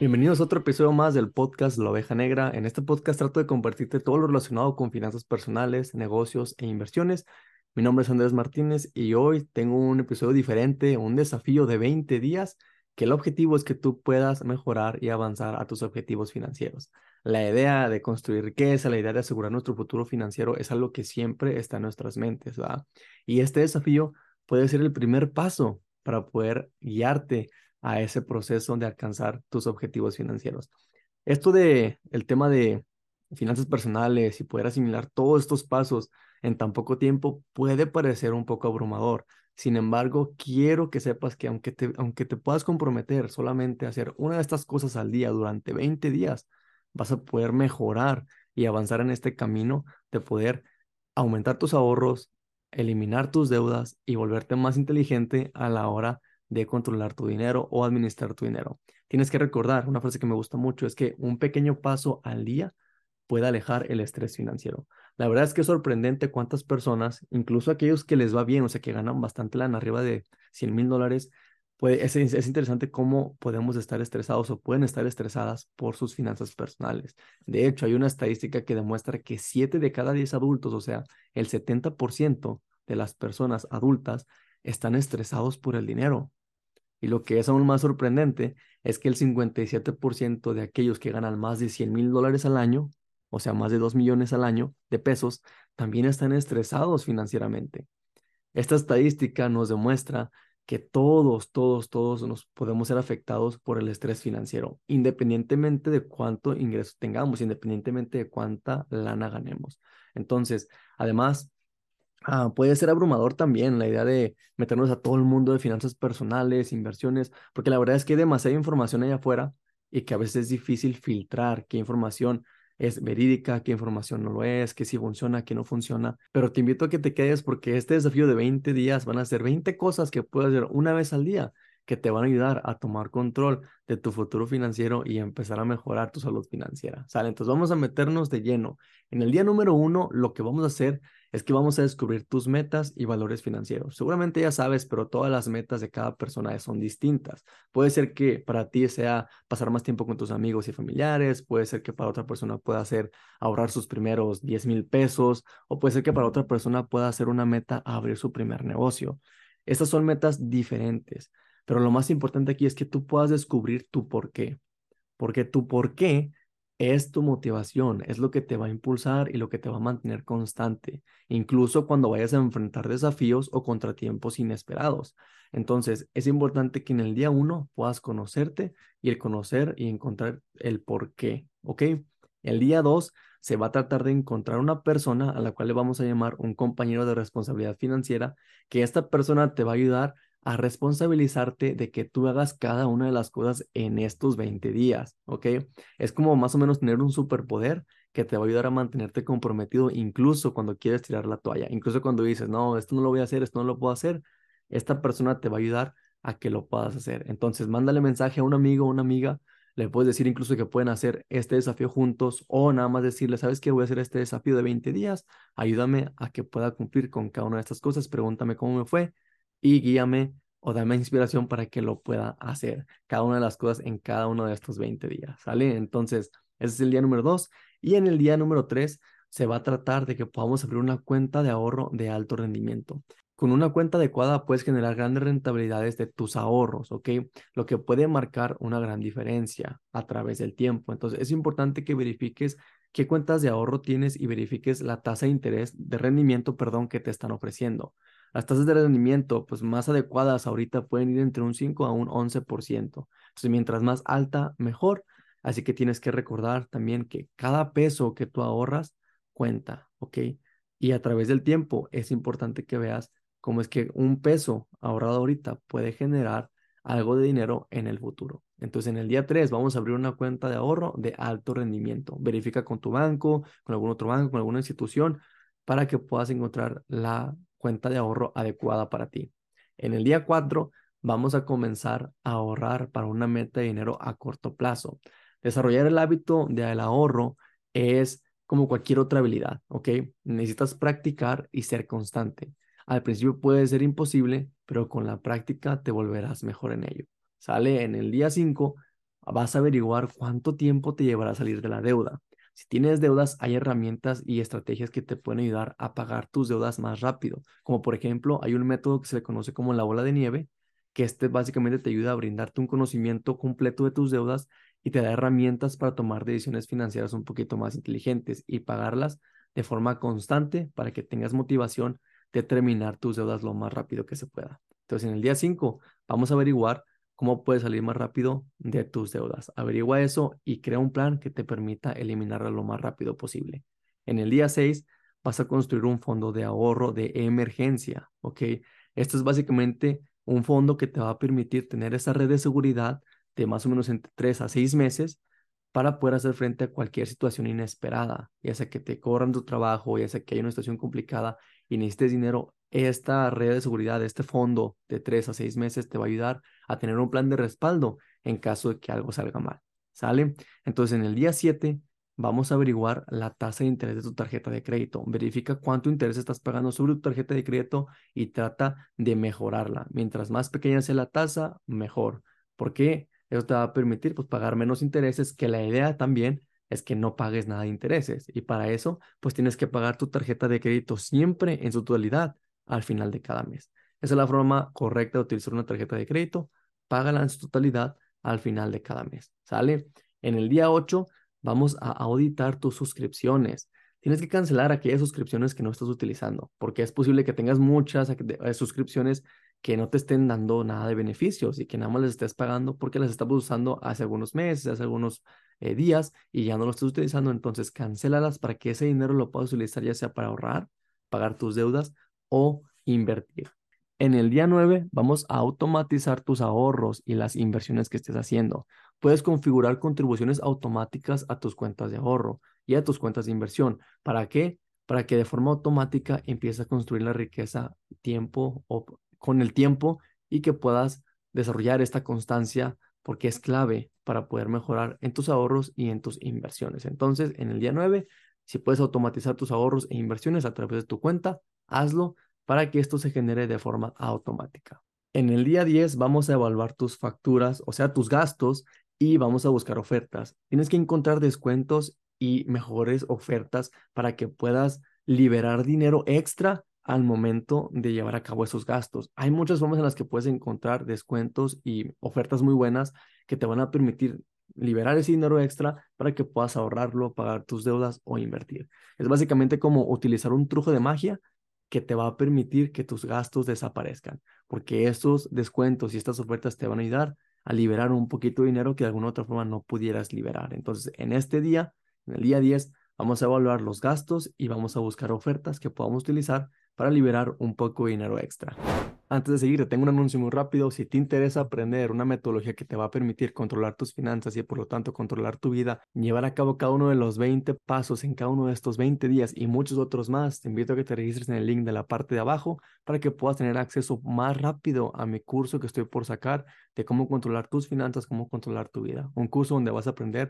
Bienvenidos a otro episodio más del podcast La Oveja Negra. En este podcast trato de compartirte todo lo relacionado con finanzas personales, negocios e inversiones. Mi nombre es Andrés Martínez y hoy tengo un episodio diferente, un desafío de 20 días, que el objetivo es que tú puedas mejorar y avanzar a tus objetivos financieros. La idea de construir riqueza, la idea de asegurar nuestro futuro financiero es algo que siempre está en nuestras mentes, ¿verdad? Y este desafío puede ser el primer paso para poder guiarte a ese proceso de alcanzar tus objetivos financieros. Esto de el tema de finanzas personales y poder asimilar todos estos pasos en tan poco tiempo puede parecer un poco abrumador. Sin embargo, quiero que sepas que aunque te puedas comprometer solamente a hacer una de estas cosas al día durante 20 días, vas a poder mejorar y avanzar en este camino de poder aumentar tus ahorros, eliminar tus deudas y volverte más inteligente a la hora de controlar tu dinero o administrar tu dinero. Tienes que recordar, una frase que me gusta mucho es que un pequeño paso al día puede alejar el estrés financiero. La verdad es que es sorprendente cuántas personas, incluso aquellos que les va bien, o sea, que ganan bastante lana, arriba de $100,000, es interesante cómo podemos estar estresados o pueden estar estresadas por sus finanzas personales. De hecho, hay una estadística que demuestra que 7 de cada 10 adultos, o sea, el 70% de las personas adultas, están estresados por el dinero. Y lo que es aún más sorprendente es que el 57% de aquellos que ganan más de $100,000 al año, o sea, más de 2 millones al año de pesos, también están estresados financieramente. Esta estadística nos demuestra que todos nos podemos ser afectados por el estrés financiero, independientemente de cuánto ingreso tengamos, independientemente de cuánta lana ganemos. Entonces, además, puede ser abrumador también la idea de meternos a todo el mundo de finanzas personales, inversiones, porque la verdad es que hay demasiada información allá afuera y que a veces es difícil filtrar qué información es verídica, qué información no lo es, qué sí funciona, qué no funciona. Pero te invito a que te quedes porque este desafío de 20 días van a ser 20 cosas que puedes hacer una vez al día que te van a ayudar a tomar control de tu futuro financiero y empezar a mejorar tu salud financiera. ¿Sale? Entonces vamos a meternos de lleno. En el día número uno, lo que vamos a hacer es que vamos a descubrir tus metas y valores financieros. Seguramente ya sabes, pero todas las metas de cada persona son distintas. Puede ser que para ti sea pasar más tiempo con tus amigos y familiares, puede ser que para otra persona pueda ser ahorrar sus primeros 10,000 pesos, o puede ser que para otra persona pueda ser una meta abrir su primer negocio. Estas son metas diferentes, pero lo más importante aquí es que tú puedas descubrir tu por qué. Porque tu por qué es tu motivación, es lo que te va a impulsar y lo que te va a mantener constante, incluso cuando vayas a enfrentar desafíos o contratiempos inesperados. Entonces, es importante que en el día uno puedas conocerte y el conocer y encontrar el por qué, ¿ok? El día dos se va a tratar de encontrar una persona a la cual le vamos a llamar un compañero de responsabilidad financiera, que esta persona te va a ayudar a responsabilizarte de que tú hagas cada una de las cosas en estos 20 días, ¿ok? Es como más o menos tener un superpoder que te va a ayudar a mantenerte comprometido incluso cuando quieres tirar la toalla, incluso cuando dices, no, esto no lo voy a hacer, esto no lo puedo hacer, esta persona te va a ayudar a que lo puedas hacer. Entonces, mándale mensaje a un amigo o una amiga, le puedes decir incluso que pueden hacer este desafío juntos o nada más decirle, ¿sabes qué? Voy a hacer este desafío de 20 días, ayúdame a que pueda cumplir con cada una de estas cosas, pregúntame cómo me fue y guíame o dame inspiración para que lo pueda hacer cada una de las cosas en cada uno de estos 20 días, ¿sale? Entonces, ese es el día número 2 y en el día número 3 se va a tratar de que podamos abrir una cuenta de ahorro de alto rendimiento. Con una cuenta adecuada puedes generar grandes rentabilidades de tus ahorros, ¿ok? Lo que puede marcar una gran diferencia a través del tiempo. Entonces, es importante que verifiques qué cuentas de ahorro tienes y verifiques la tasa de interés, de rendimiento, perdón, que te están ofreciendo. Las tasas de rendimiento, pues más adecuadas ahorita pueden ir entre un 5 a un 11%. Entonces, mientras más alta, mejor. Así que tienes que recordar también que cada peso que tú ahorras cuenta, ¿ok? Y a través del tiempo es importante que veas cómo es que un peso ahorrado ahorita puede generar algo de dinero en el futuro. Entonces, en el día 3 vamos a abrir una cuenta de ahorro de alto rendimiento. Verifica con tu banco, con algún otro banco, con alguna institución para que puedas encontrar la cuenta de ahorro adecuada para ti. En el día 4 vamos a comenzar a ahorrar para una meta de dinero a corto plazo. Desarrollar el hábito del ahorro es como cualquier otra habilidad, ¿ok? Necesitas practicar y ser constante. Al principio puede ser imposible, pero con la práctica te volverás mejor en ello. Sale en el día 5, vas a averiguar cuánto tiempo te llevará a salir de la deuda. Si tienes deudas, hay herramientas y estrategias que te pueden ayudar a pagar tus deudas más rápido. Como por ejemplo, hay un método que se le conoce como la bola de nieve, que básicamente te ayuda a brindarte un conocimiento completo de tus deudas y te da herramientas para tomar decisiones financieras un poquito más inteligentes y pagarlas de forma constante para que tengas motivación de terminar tus deudas lo más rápido que se pueda. Entonces, en el día 5 vamos a averiguar cómo puedes salir más rápido de tus deudas. Averigua eso y crea un plan que te permita eliminarla lo más rápido posible. En el día 6 vas a construir un fondo de ahorro de emergencia, ¿ok? Esto es básicamente un fondo que te va a permitir tener esa red de seguridad de más o menos entre 3 a 6 meses para poder hacer frente a cualquier situación inesperada, ya sea que te corran tu trabajo, ya sea que haya una situación complicada y necesites dinero. Esta red de seguridad, este fondo de 3 a 6 meses te va a ayudar a tener un plan de respaldo en caso de que algo salga mal. ¿Sale? Entonces, en el día 7 vamos a averiguar la tasa de interés de tu tarjeta de crédito. Verifica cuánto interés estás pagando sobre tu tarjeta de crédito y trata de mejorarla. Mientras más pequeña sea la tasa, mejor. ¿Por qué? Eso te va a permitir pues pagar menos intereses, que la idea también es que no pagues nada de intereses. Y para eso, pues tienes que pagar tu tarjeta de crédito siempre en su totalidad al final de cada mes. Esa es la forma correcta de utilizar una tarjeta de crédito. Págala en su totalidad al final de cada mes. ¿Sale? En el día 8 vamos a auditar tus suscripciones. Tienes que cancelar aquellas suscripciones que no estás utilizando, porque es posible que tengas muchas suscripciones que no te estén dando nada de beneficios y que nada más les estés pagando porque las estás usando hace algunos meses, hace algunos días y ya no lo estás utilizando. Entonces, cancélalas para que ese dinero lo puedas utilizar ya sea para ahorrar, pagar tus deudas o invertir. En el día 9 vamos a automatizar tus ahorros y las inversiones que estés haciendo. Puedes configurar contribuciones automáticas a tus cuentas de ahorro y a tus cuentas de inversión. ¿Para qué? Para que de forma automática empieces a construir la riqueza tiempo o con el tiempo y que puedas desarrollar esta constancia porque es clave para poder mejorar en tus ahorros y en tus inversiones. Entonces, en el día 9 si puedes automatizar tus ahorros e inversiones a través de tu cuenta, hazlo para que esto se genere de forma automática. En el día 10 vamos a evaluar tus facturas, o sea, tus gastos, y vamos a buscar ofertas. Tienes que encontrar descuentos y mejores ofertas para que puedas liberar dinero extra al momento de llevar a cabo esos gastos. Hay muchas formas en las que puedes encontrar descuentos y ofertas muy buenas que te van a permitir liberar ese dinero extra para que puedas ahorrarlo, pagar tus deudas o invertir. Es básicamente como utilizar un truco de magia que te va a permitir que tus gastos desaparezcan, porque estos descuentos y estas ofertas te van a ayudar a liberar un poquito de dinero que de alguna otra forma no pudieras liberar. Entonces, en este día, en el día 10, vamos a evaluar los gastos y vamos a buscar ofertas que podamos utilizar para liberar un poco de dinero extra. Antes de seguir, te tengo un anuncio muy rápido. Si te interesa aprender una metodología que te va a permitir controlar tus finanzas y por lo tanto controlar tu vida, llevar a cabo cada uno de los 20 pasos en cada uno de estos 20 días y muchos otros más, te invito a que te registres en el link de la parte de abajo para que puedas tener acceso más rápido a mi curso que estoy por sacar de cómo controlar tus finanzas, cómo controlar tu vida. Un curso donde vas a aprender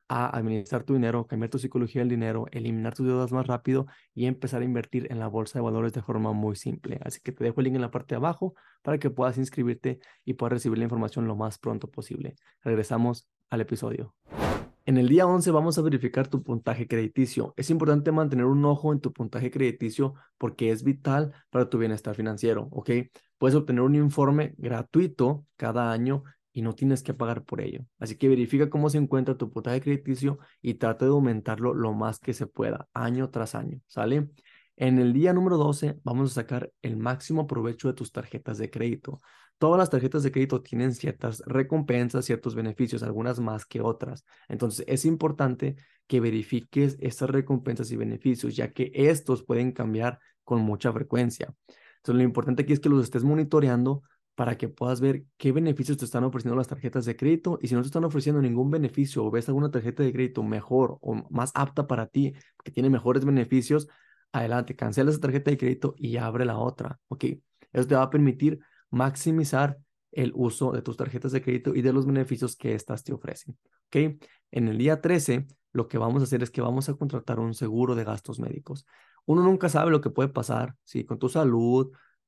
a administrar tu dinero, cambiar tu psicología del dinero, eliminar tus deudas más rápido y empezar a invertir en la bolsa de valores de forma muy simple. Así que te dejo el link en la parte de abajo para que puedas inscribirte y puedas recibir la información lo más pronto posible. Regresamos al episodio. En el día 11 vamos a verificar tu puntaje crediticio. Es importante mantener un ojo en tu puntaje crediticio porque es vital para tu bienestar financiero, ¿ok? Puedes obtener un informe gratuito cada año y no tienes que pagar por ello. Así que verifica cómo se encuentra tu puntaje crediticio y trata de aumentarlo lo más que se pueda, año tras año, ¿sale? En el día número 12 vamos a sacar el máximo provecho de tus tarjetas de crédito. Todas las tarjetas de crédito tienen ciertas recompensas, ciertos beneficios, algunas más que otras. Entonces, es importante que verifiques estas recompensas y beneficios, ya que estos pueden cambiar con mucha frecuencia. Entonces, lo importante aquí es que los estés monitoreando para que puedas ver qué beneficios te están ofreciendo las tarjetas de crédito y si no te están ofreciendo ningún beneficio o ves alguna tarjeta de crédito mejor o más apta para ti, que tiene mejores beneficios, adelante, cancela esa tarjeta de crédito y abre la otra, ¿ok? Eso te va a permitir maximizar el uso de tus tarjetas de crédito y de los beneficios que éstas te ofrecen, ¿ok? En el día 13, lo que vamos a hacer es que vamos a contratar un seguro de gastos médicos. Uno nunca sabe lo que puede pasar, ¿sí? Con tu salud,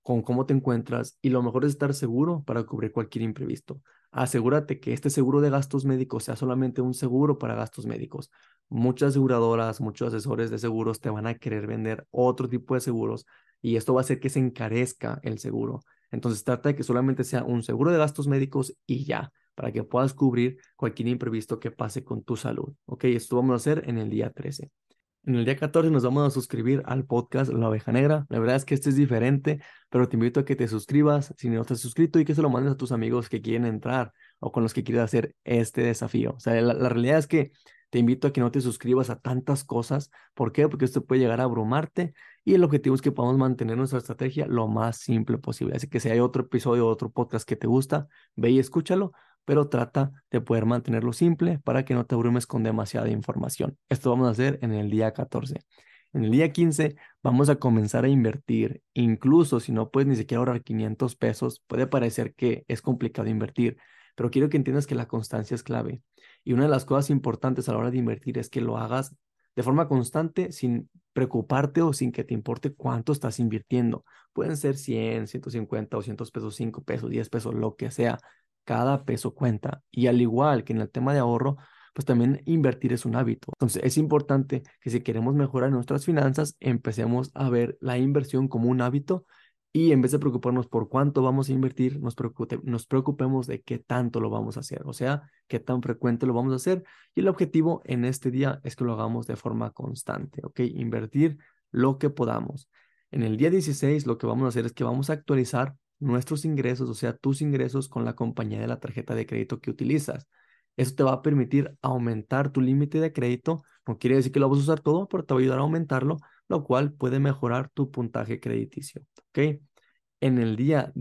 con cómo te encuentras y lo mejor es estar seguro para cubrir cualquier imprevisto. Asegúrate que este seguro de gastos médicos sea solamente un seguro para gastos médicos. Muchas aseguradoras, muchos asesores de seguros te van a querer vender otro tipo de seguros y esto va a hacer que se encarezca el seguro. Entonces trata de que solamente sea un seguro de gastos médicos y ya, para que puedas cubrir cualquier imprevisto que pase con tu salud. Ok, esto vamos a hacer en el día 13. En el día 14 nos vamos a suscribir al podcast La Oveja Negra. La verdad es que este es diferente, pero te invito a que te suscribas si no estás suscrito y que se lo mandes a tus amigos que quieren entrar o con los que quieres hacer este desafío. O sea, la realidad es que te invito a que no te suscribas a tantas cosas. ¿Por qué? Porque esto puede llegar a abrumarte y el objetivo es que podamos mantener nuestra estrategia lo más simple posible. Así que si hay otro episodio o otro podcast que te gusta, ve y escúchalo, pero trata de poder mantenerlo simple para que no te abrumes con demasiada información. Esto vamos a hacer en el día 14. En el día 15 vamos a comenzar a invertir. Incluso si no puedes ni siquiera ahorrar 500 pesos, puede parecer que es complicado invertir, pero quiero que entiendas que la constancia es clave. Y una de las cosas importantes a la hora de invertir es que lo hagas de forma constante sin preocuparte o sin que te importe cuánto estás invirtiendo. Pueden ser 100, 150, 200 pesos, 5 pesos, 10 pesos, lo que sea. Cada peso cuenta. Y al igual que en el tema de ahorro, pues también invertir es un hábito. Entonces es importante que si queremos mejorar nuestras finanzas, empecemos a ver la inversión como un hábito y en vez de preocuparnos por cuánto vamos a invertir, nos preocupemos de qué tanto lo vamos a hacer, o sea, qué tan frecuente lo vamos a hacer. Y el objetivo en este día es que lo hagamos de forma constante, ¿ok? Invertir lo que podamos. En el día 16 lo que vamos a hacer es que vamos a actualizar nuestros ingresos, o sea, tus ingresos con la compañía de la tarjeta de crédito que utilizas. Eso te va a permitir aumentar tu límite de crédito. No quiere decir que lo vas a usar todo, pero te va a ayudar a aumentarlo, lo cual puede mejorar tu puntaje crediticio. ¿Ok? En el día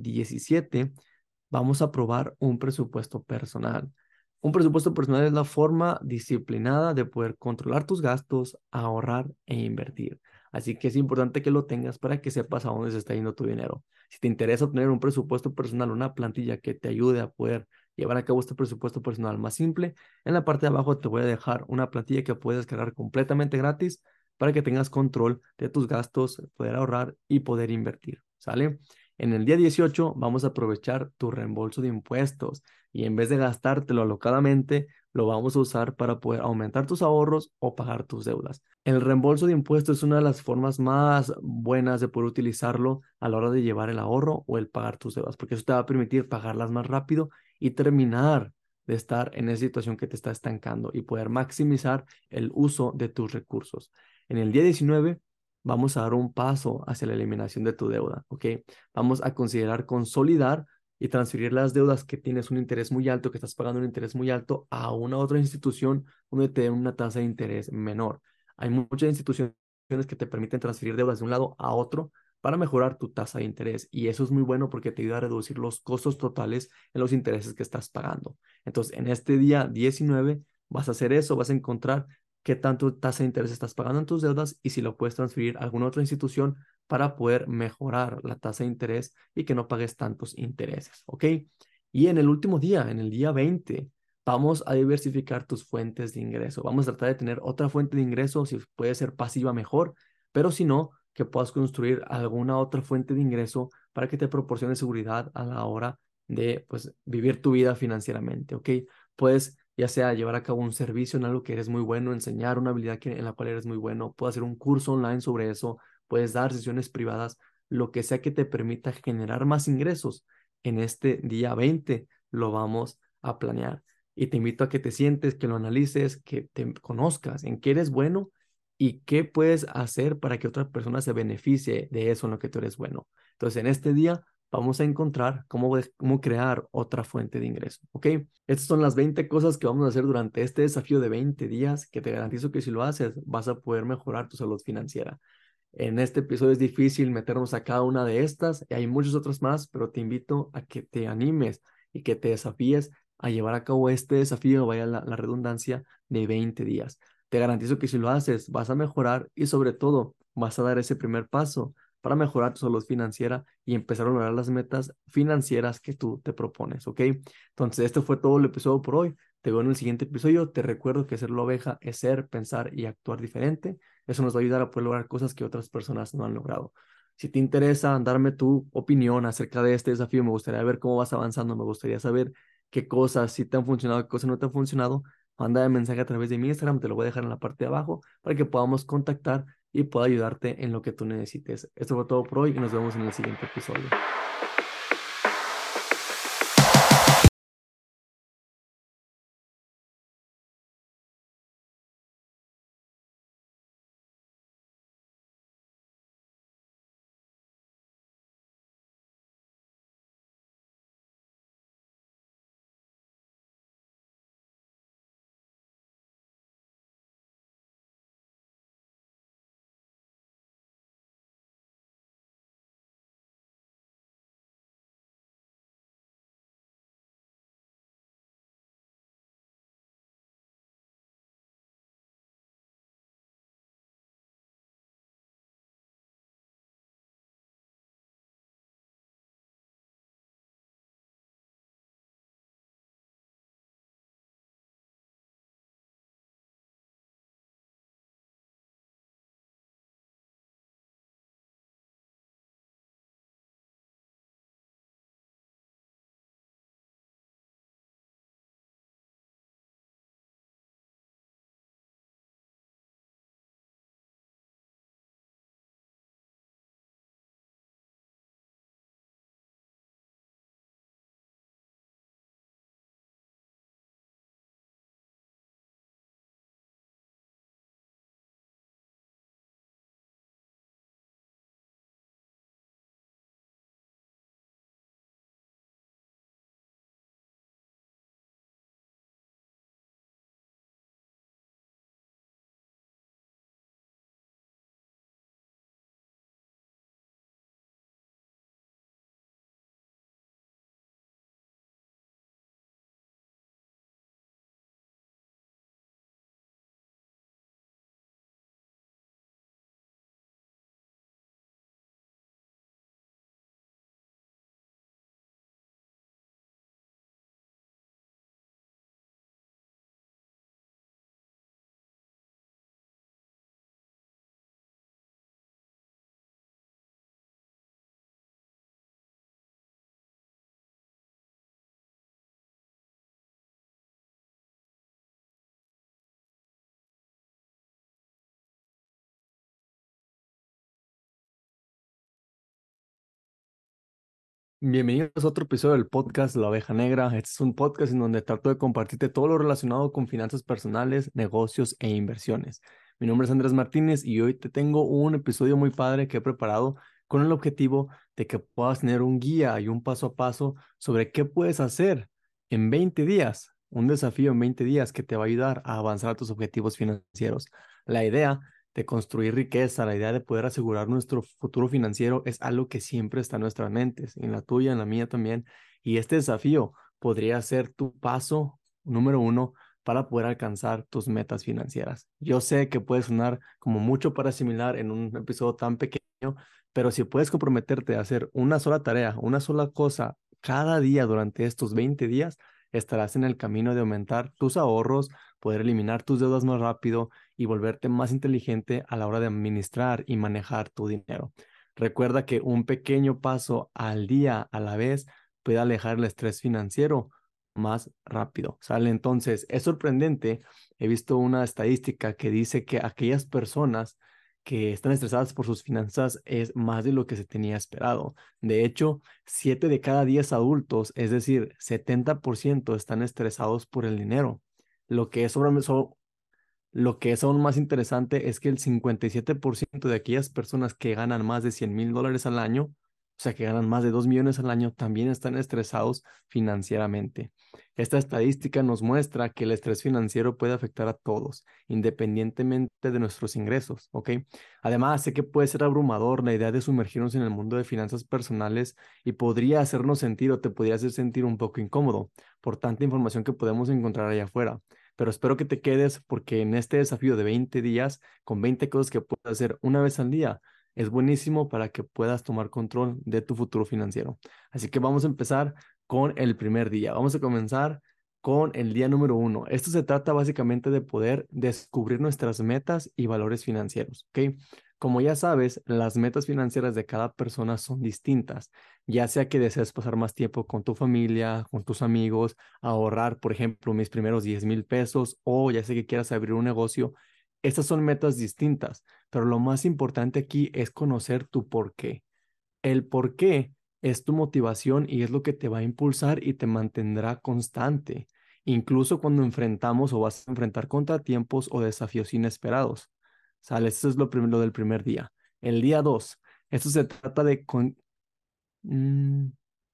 17 vamos a probar un presupuesto personal. Un presupuesto personal es la forma disciplinada de poder controlar tus gastos, ahorrar e invertir. Así que es importante que lo tengas para que sepas a dónde se está yendo tu dinero. Si te interesa tener un presupuesto personal, una plantilla que te ayude a poder llevar a cabo este presupuesto personal más simple, en la parte de abajo te voy a dejar una plantilla que puedes cargar completamente gratis para que tengas control de tus gastos, poder ahorrar y poder invertir. ¿Sale? En el día 18 vamos a aprovechar tu reembolso de impuestos y en vez de gastártelo alocadamente, lo vamos a usar para poder aumentar tus ahorros o pagar tus deudas. El reembolso de impuestos es una de las formas más buenas de poder utilizarlo a la hora de llevar el ahorro o el pagar tus deudas, porque eso te va a permitir pagarlas más rápido y terminar de estar en esa situación que te está estancando y poder maximizar el uso de tus recursos. En el día 19 vamos a dar un paso hacia la eliminación de tu deuda, ¿ok? Vamos a considerar consolidar y transferir las deudas que tienes un interés muy alto, que estás pagando un interés muy alto, a una otra institución donde te den una tasa de interés menor. Hay muchas instituciones que te permiten transferir deudas de un lado a otro para mejorar tu tasa de interés y eso es muy bueno porque te ayuda a reducir los costos totales en los intereses que estás pagando. Entonces, en este día 19 vas a hacer eso, vas a encontrar qué tanto tasa de interés estás pagando en tus deudas y si lo puedes transferir a alguna otra institución para poder mejorar la tasa de interés y que no pagues tantos intereses, ¿ok? Y en el último día, en el día 20, vamos a diversificar tus fuentes de ingreso. Vamos a tratar de tener otra fuente de ingreso, si puede ser pasiva mejor, pero si no, que puedas construir alguna otra fuente de ingreso para que te proporcione seguridad a la hora de pues, vivir tu vida financieramente, ¿ok? Puedes ya sea llevar a cabo un servicio en algo que eres muy bueno, enseñar una habilidad en la cual eres muy bueno, puedes hacer un curso online sobre eso, puedes dar sesiones privadas, lo que sea que te permita generar más ingresos. En este día 20 lo vamos a planear. Y te invito a que te sientes, que lo analices, que te conozcas en qué eres bueno y qué puedes hacer para que otra persona se beneficie de eso en lo que tú eres bueno. Entonces, en este día vamos a encontrar cómo crear otra fuente de ingreso, ¿ok? Estas son las 20 cosas que vamos a hacer durante este desafío de 20 días que te garantizo que si lo haces vas a poder mejorar tu salud financiera. En este episodio es difícil meternos a cada una de estas y hay muchas otras más, pero te invito a que te animes y que te desafíes a llevar a cabo este desafío, vaya la redundancia, de 20 días. Te garantizo que si lo haces vas a mejorar y sobre todo vas a dar ese primer paso para mejorar tu salud financiera y empezar a lograr las metas financieras que tú te propones, ¿ok? Entonces, este fue todo el episodio por hoy. Te veo en el siguiente episodio. Te recuerdo que ser la oveja es ser, pensar y actuar diferente. Eso nos va a ayudar a poder lograr cosas que otras personas no han logrado. Si te interesa darme tu opinión acerca de este desafío, me gustaría ver cómo vas avanzando, me gustaría saber qué cosas sí te han funcionado, qué cosas no te han funcionado. Mándame mensaje a través de mi Instagram, te lo voy a dejar en la parte de abajo para que podamos contactar y pueda ayudarte en lo que tú necesites. Esto fue todo por hoy y nos vemos en el siguiente episodio. Bienvenidos a otro episodio del podcast La Oveja Negra. Este es un podcast en donde trato de compartirte todo lo relacionado con finanzas personales, negocios e inversiones. Mi nombre es Andrés Martínez y hoy te tengo un episodio muy padre que he preparado con el objetivo de que puedas tener un guía y un paso a paso sobre qué puedes hacer en 20 días, un desafío en 20 días que te va a ayudar a avanzar a tus objetivos financieros. La idea de construir riqueza, la idea de poder asegurar nuestro futuro financiero es algo que siempre está en nuestras mentes, en la tuya, en la mía también. Y este desafío podría ser tu paso número uno para poder alcanzar tus metas financieras. Yo sé que puede sonar como mucho para asimilar en un episodio tan pequeño, pero si puedes comprometerte a hacer una sola tarea, una sola cosa cada día durante estos 20 días, estarás en el camino de aumentar tus ahorros, poder eliminar tus deudas más rápido y volverte más inteligente a la hora de administrar y manejar tu dinero. Recuerda que un pequeño paso al día a la vez puede alejar el estrés financiero más rápido. ¿Sale? Entonces, es sorprendente. He visto una estadística que dice que aquellas personas que están estresadas por sus finanzas es más de lo que se tenía esperado. De hecho, 7 de cada 10 adultos, es decir, 70% están estresados por el dinero. Lo que es lo que es aún más interesante es que el 57% de aquellas personas que ganan más de $100,000 al año, o sea, que ganan más de 2 millones al año, también están estresados financieramente. Esta estadística nos muestra que el estrés financiero puede afectar a todos, independientemente de nuestros ingresos, ¿ok? Además, sé que puede ser abrumador la idea de sumergirnos en el mundo de finanzas personales y podría hacernos sentir o te podría hacer sentir un poco incómodo por tanta información que podemos encontrar allá afuera, pero espero que te quedes porque en este desafío de 20 días, con 20 cosas que puedes hacer una vez al día, es buenísimo para que puedas tomar control de tu futuro financiero. Así que vamos a empezar con el primer día. Vamos a comenzar con el día número uno. Esto se trata básicamente de poder descubrir nuestras metas y valores financieros, ¿ok? Como ya sabes, las metas financieras de cada persona son distintas, ya sea que desees pasar más tiempo con tu familia, con tus amigos, ahorrar, por ejemplo, mis primeros 10,000 pesos, o ya sea que quieras abrir un negocio. Estas son metas distintas, pero lo más importante aquí es conocer tu por qué. El por qué es tu motivación y es lo que te va a impulsar y te mantendrá constante, incluso cuando enfrentamos o vas a enfrentar contratiempos o desafíos inesperados. ¿Sale? Eso es lo del primer día. El día dos, esto se trata de... Mm,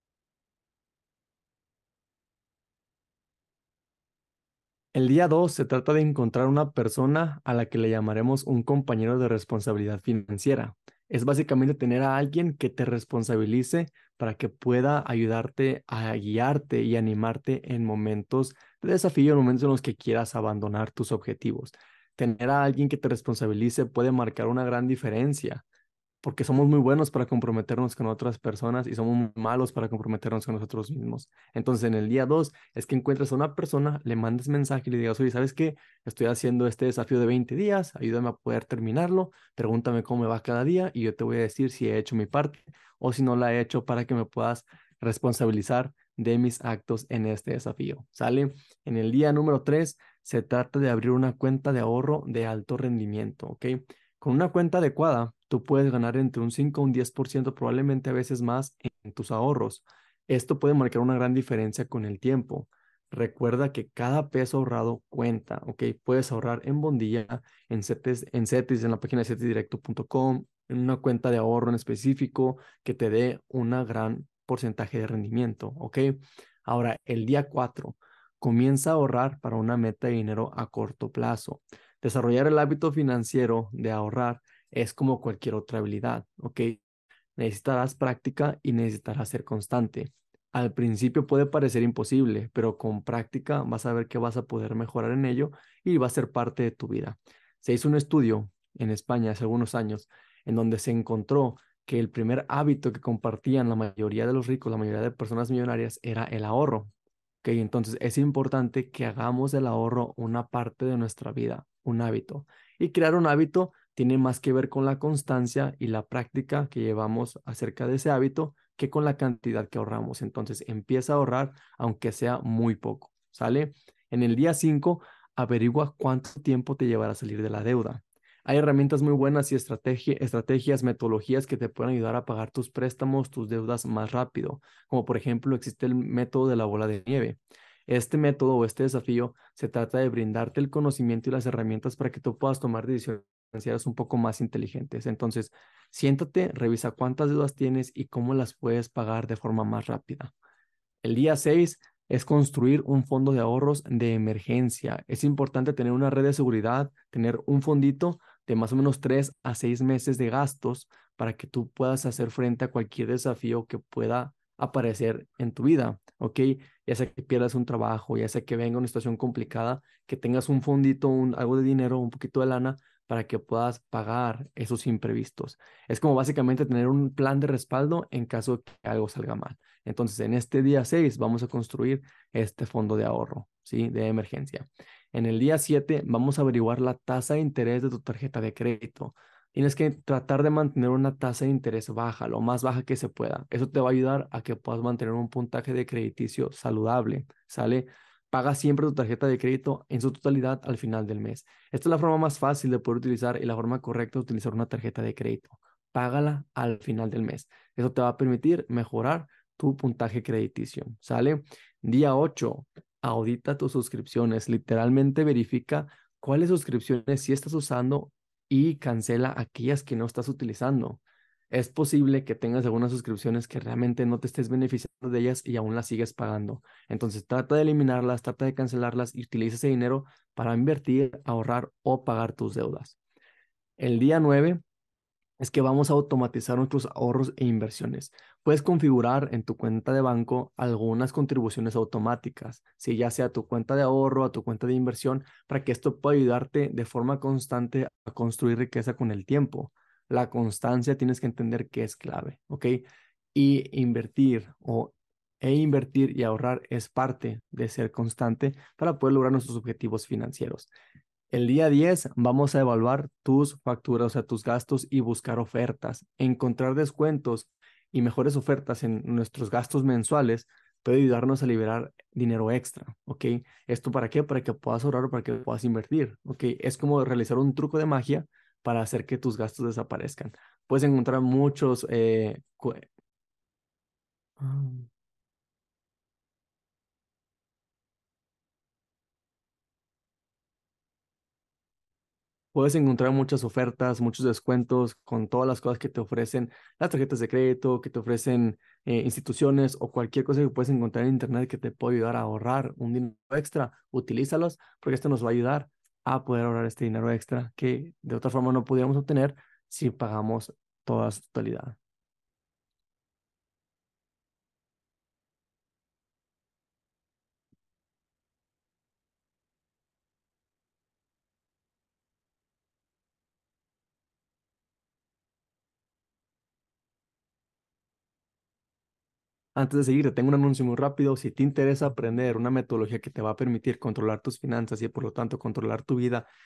El día 2 se trata de encontrar una persona a la que le llamaremos un compañero de responsabilidad financiera. Es básicamente tener a alguien que te responsabilice para que pueda ayudarte a guiarte y animarte en momentos de desafío, en momentos en los que quieras abandonar tus objetivos. Tener a alguien que te responsabilice puede marcar una gran diferencia porque somos muy buenos para comprometernos con otras personas y somos muy malos para comprometernos con nosotros mismos. Entonces, en el día 2 es que encuentres a una persona, le mandes mensaje y le digas, oye, ¿sabes qué? Estoy haciendo este desafío de 20 días, ayúdame a poder terminarlo, pregúntame cómo me va cada día y yo te voy a decir si he hecho mi parte o si no la he hecho para que me puedas responsabilizar de mis actos en este desafío. ¿Sale? En el día número 3 se trata de abrir una cuenta de ahorro de alto rendimiento, ¿ok? Con una cuenta adecuada, tú puedes ganar entre un 5 o un 10%, probablemente a veces más en tus ahorros. Esto puede marcar una gran diferencia con el tiempo. Recuerda que cada peso ahorrado cuenta, ¿ok? Puedes ahorrar en Bondilla, en CETES, en la página de cetesdirecto.com, en una cuenta de ahorro en específico que te dé un gran porcentaje de rendimiento, ¿ok? Ahora, el día 4, comienza a ahorrar para una meta de dinero a corto plazo. Desarrollar el hábito financiero de ahorrar es como cualquier otra habilidad, ¿ok? Necesitarás práctica y necesitarás ser constante. Al principio puede parecer imposible, pero con práctica vas a ver que vas a poder mejorar en ello y va a ser parte de tu vida. Se hizo un estudio en España hace algunos años en donde se encontró que el primer hábito que compartían la mayoría de los ricos, la mayoría de personas millonarias, era el ahorro. Ok, entonces es importante que hagamos del ahorro una parte de nuestra vida, un hábito. Y crear un hábito tiene más que ver con la constancia y la práctica que llevamos acerca de ese hábito que con la cantidad que ahorramos. Entonces empieza a ahorrar aunque sea muy poco, ¿sale? En el día 5 averigua cuánto tiempo te llevará a salir de la deuda. Hay herramientas muy buenas y estrategias, metodologías que te pueden ayudar a pagar tus préstamos, tus deudas más rápido, como por ejemplo existe el método de la bola de nieve. Este método o este desafío se trata de brindarte el conocimiento y las herramientas para que tú puedas tomar decisiones financieras un poco más inteligentes. Entonces, siéntate, revisa cuántas deudas tienes y cómo las puedes pagar de forma más rápida. El día 6 es construir un fondo de ahorros de emergencia. Es importante tener una red de seguridad, tener un fondito de más o menos 3 a 6 meses de gastos para que tú puedas hacer frente a cualquier desafío que pueda aparecer en tu vida, ¿ok? Ya sea que pierdas un trabajo, ya sea que venga una situación complicada, que tengas un fondito, algo de dinero, un poquito de lana para que puedas pagar esos imprevistos. Es como básicamente tener un plan de respaldo en caso de que algo salga mal. Entonces, en este día 6 vamos a construir este fondo de ahorro, ¿sí? De emergencia. En el día 7 vamos a averiguar la tasa de interés de tu tarjeta de crédito. Tienes que tratar de mantener una tasa de interés baja, lo más baja que se pueda. Eso te va a ayudar a que puedas mantener un puntaje de crediticio saludable, ¿sale? Paga siempre tu tarjeta de crédito en su totalidad al final del mes. Esta es la forma más fácil de poder utilizar y la forma correcta de utilizar una tarjeta de crédito. Págala al final del mes. Eso te va a permitir mejorar tu puntaje crediticio, ¿sale? Día 8, audita tus suscripciones, literalmente verifica cuáles suscripciones sí estás usando y cancela aquellas que no estás utilizando. Es posible que tengas algunas suscripciones que realmente no te estés beneficiando de ellas y aún las sigues pagando. Entonces trata de eliminarlas, trata de cancelarlas y utiliza ese dinero para invertir, ahorrar o pagar tus deudas. El día 9 es que vamos a automatizar nuestros ahorros e inversiones. Puedes configurar en tu cuenta de banco algunas contribuciones automáticas, si ya sea a tu cuenta de ahorro, a tu cuenta de inversión, para que esto pueda ayudarte de forma constante a construir riqueza con el tiempo. La constancia tienes que entender que es clave, ¿ok? Y invertir y ahorrar es parte de ser constante para poder lograr nuestros objetivos financieros. El día 10 vamos a evaluar tus facturas, o sea, tus gastos y buscar ofertas. Encontrar descuentos y mejores ofertas en nuestros gastos mensuales puede ayudarnos a liberar dinero extra, ¿ok? ¿Esto para qué? Para que puedas ahorrar o para que puedas invertir, ¿ok? Es como realizar un truco de magia para hacer que tus gastos desaparezcan. Puedes encontrar muchos... ah, Puedes encontrar muchas ofertas, muchos descuentos con todas las cosas que te ofrecen las tarjetas de crédito, que te ofrecen instituciones o cualquier cosa que puedes encontrar en internet que te pueda ayudar a ahorrar un dinero extra. Utilízalos porque esto nos va a ayudar a poder ahorrar este dinero extra que de otra forma no pudiéramos obtener si pagamos toda su totalidad. Antes de seguir, te tengo un anuncio muy rápido. Si te interesa aprender una metodología que te va a permitir controlar tus finanzas y por lo tanto controlar tu vida